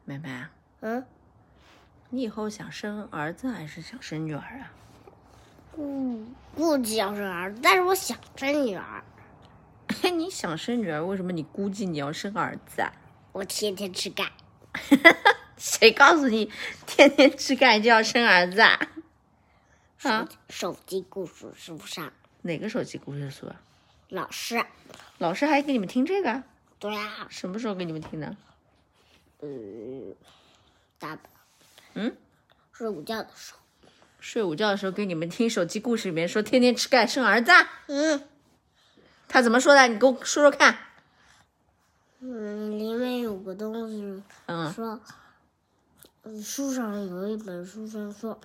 妹妹， 你以后想生儿子还是想生女儿啊？ 估计要生儿子，但是我想生女儿。 你想生女儿，为什么你估计你要生儿子啊？ 我天天吃钙。 谁告诉你天天吃钙就要生儿子啊？ 手机故事书上哪个手机故事书啊？ 老师还给你们听这个？ 对啊。 什么时候给你们听的？ 大宝。睡午觉的时候。 睡午觉的时候给你们听手机故事里面说天天吃钙生儿子啊？他怎么说的？你给我说说看。 里面有个东西说，书上有一本书上说，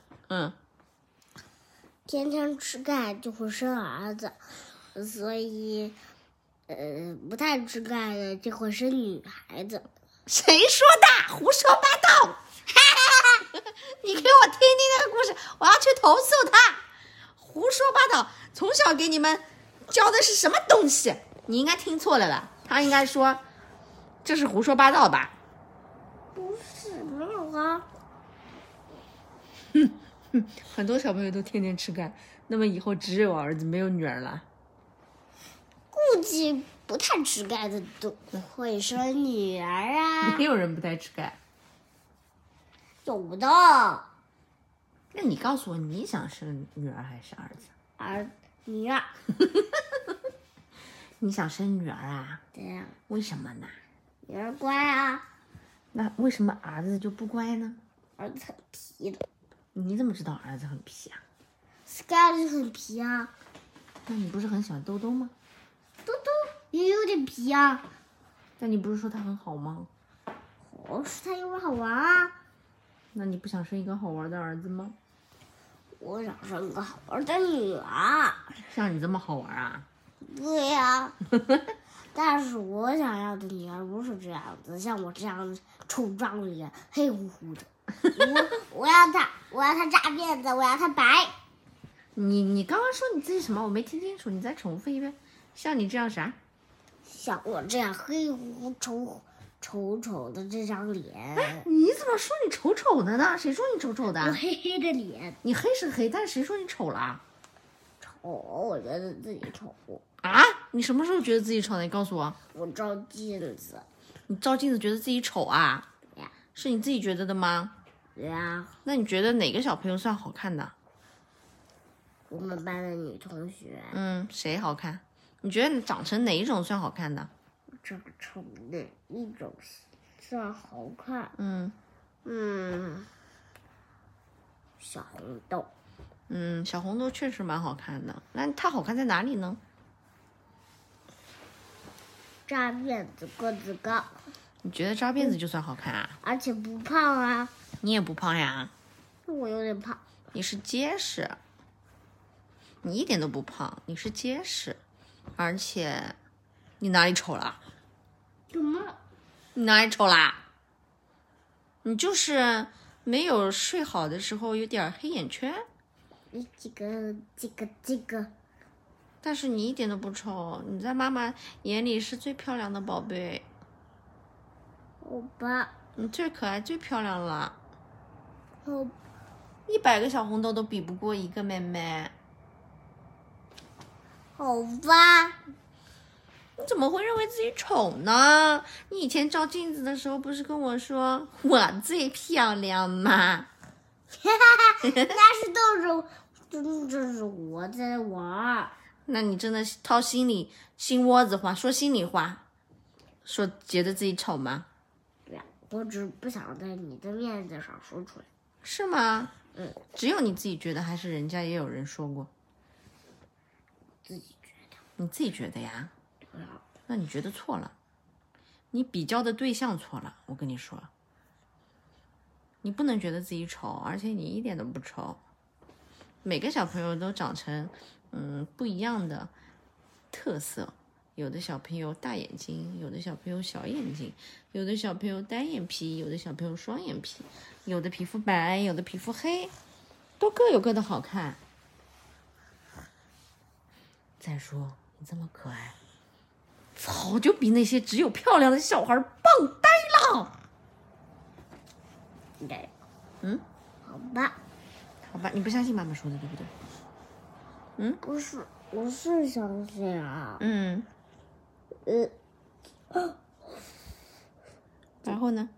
天天吃钙就会生儿子，所以不太吃钙的就会生女孩子。 谁说的？胡说八道！你给我听听那个故事，我要去投诉他。胡说八道！从小给你们教的是什么东西？你应该听错了吧？他应该说这是胡说八道吧？ 不是，没有啊。 很多小朋友都天天吃钙，那么以后只有儿子没有女儿了。 估计不太吃钙的都会生女儿啊。 没有人不太吃钙。 有的。 那你告诉我，你想生女儿还是儿子？ 女儿。 你想生女儿啊？ 对呀。 为什么呢？ 女儿乖啊。 那为什么儿子就不乖呢？ 儿子很皮的。 你怎么知道儿子很皮啊？ Sky 很皮啊。 那你不是很喜欢兜兜吗？ 兜兜也有点皮啊。 但你不是说他很好吗？ 我说他有点好玩啊。 那你不想生一个好玩的儿子吗？ 我想生个好玩的女儿。 像你这么好玩啊？ 对呀。但是我想要的女儿不是这样子，像我这样臭脏脸、黑乎乎的。我要她扎辫子，我要她白。 你刚刚说你自己什么？我没听清楚，你再重复一遍。像你这样啥？ 像我这样黑乎乎、丑丑的这张脸。 你怎么说你丑丑的呢？谁说你丑丑的？ 我黑黑的脸。 你黑是黑，但是谁说你丑了？ 丑，我觉得自己丑。 啊？你什么时候觉得自己丑的？你告诉我。 我照镜子。 你照镜子觉得自己丑啊？ 对呀。 是你自己觉得的吗？ 对呀。 那你觉得哪个小朋友算好看的？ 我们班的女同学。 谁好看？你觉得长成哪一种算好看的？ 长成哪一种算好看？小红豆。 小红豆确实蛮好看的。那它好看在哪里呢？ 扎辫子，个子高。 你觉得扎辫子就算好看啊？ 而且不胖啊。 你也不胖呀？ 我有点胖。 你是结实。你一点都不胖，你是结实，而且你哪里丑了？ 怎么？ 你哪里丑啦？你就是没有睡好的时候有点黑眼圈。 这个。 但是你一点都不丑，你在妈妈眼里是最漂亮的宝贝。 好吧。 你最可爱、最漂亮了。 好。 100个小红豆都比不过一个妹妹。 好吧。 你怎么会认为自己丑呢？你以前照镜子的时候不是跟我说我最漂亮吗？ 那是都是我在玩。 那你真的掏心窝子话，说心里话，说觉得自己丑吗？ 对呀，我只是不想在你的面子上说出来。 是吗？只有你自己觉得，还是人家也有人说过？ 自己觉得。 你自己觉得呀？ 对呀。 那你觉得错了，你比较的对象错了。我跟你说，你不能觉得自己丑，而且你一点都不丑。每个小朋友都长成不一样的特色，有的小朋友大眼睛，有的小朋友小眼睛，有的小朋友单眼皮，有的小朋友双眼皮，有的皮肤白，有的皮肤黑，都各有各的好看。再说你这么可爱，早就比那些只有漂亮的小孩棒呆了。 好吧。 好吧，你不相信妈妈说的，对不对？ 不是，我是相信啊。 然后呢？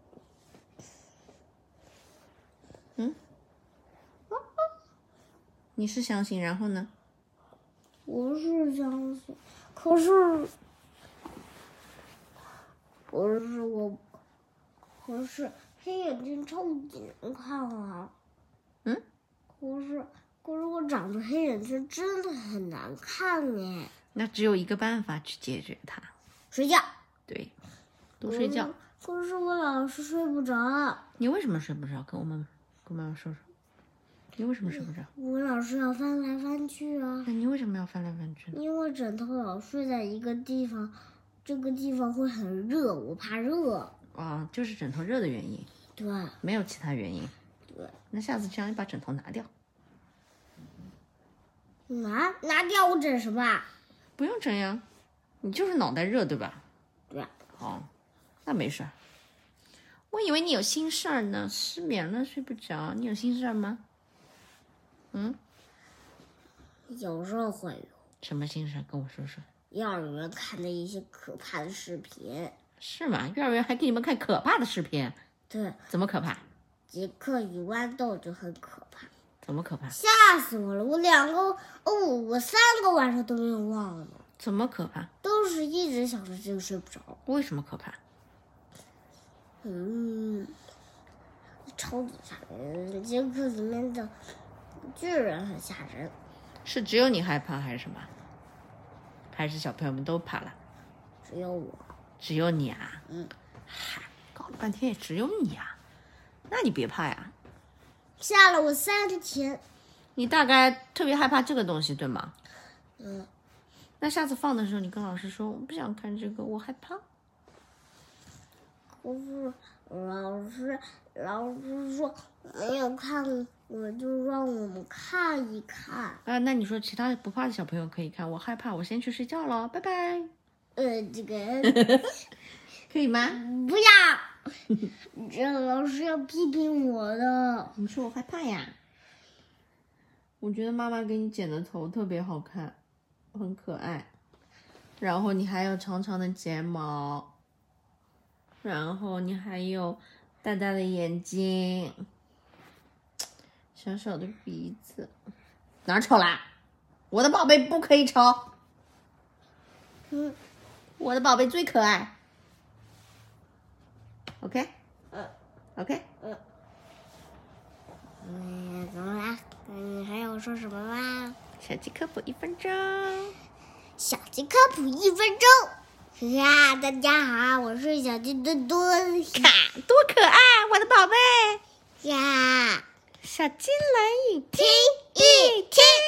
你是相信，然后呢？ 我是相信，可是可是黑眼睛超级难看啊。可是我长着黑眼睛真的很难看哎。 那只有一个办法去解决它， 睡觉。 对，多睡觉。 可是我老是睡不着。 你为什么睡不着？跟妈妈说说。你为什么睡不着？ 我老是要翻来翻去啊。 那你为什么要翻来翻去呢？ 因为枕头老睡在一个地方，这个地方会很热，我怕热。 哦，就是枕头热的原因。 对。 没有其他原因。 对。 那下次这样，你把枕头拿掉。 拿掉我枕什么啊？ 不用枕呀，你就是脑袋热对吧？ 对。 哦，那没事儿。我以为你有心事儿呢，失眠了睡不着。你有心事儿吗？ 有时候会有。 什么心事？跟我说说。 幼儿园看的一些可怕的视频。 是吗？幼儿园还给你们看可怕的视频？ 对。 怎么可怕？ 杰克与豌豆就很可怕。 怎么可怕？ 吓死我了！我3个晚上都没有忘了。 怎么可怕？ 都是一直想着这个睡不着。 为什么可怕？ 超级吓人！杰克里面的巨人很吓人。 是只有你害怕还是什么？还是小朋友们都怕了？ 只有我。 只有你啊？嗨，搞了半天也只有你啊？那你别怕呀。 吓了我3天。 你大概特别害怕这个东西对吗？那下次放的时候，你跟老师说我不想看这个，我害怕。 可是老师说没有看，我就让我们看一看。 那你说其他不怕的小朋友可以看，我害怕，我先去睡觉了，拜拜。 这个可以吗？ 不要，这样老师要批评我的。 你说我害怕呀？我觉得妈妈给你剪的头特别好看，很可爱，然后你还有长长的睫毛，然后你还有大大的眼睛，小小的鼻子，哪儿丑啦？我的宝贝不可以丑，我的宝贝最可爱。OK， OK， 怎么啦？你还要说什么吗？ 小鸡科普1分钟。 小鸡科普1分钟。呀，大家好，我是小鸡墩墩。 看多可爱，我的宝贝呀！ 小鸡来一听一听。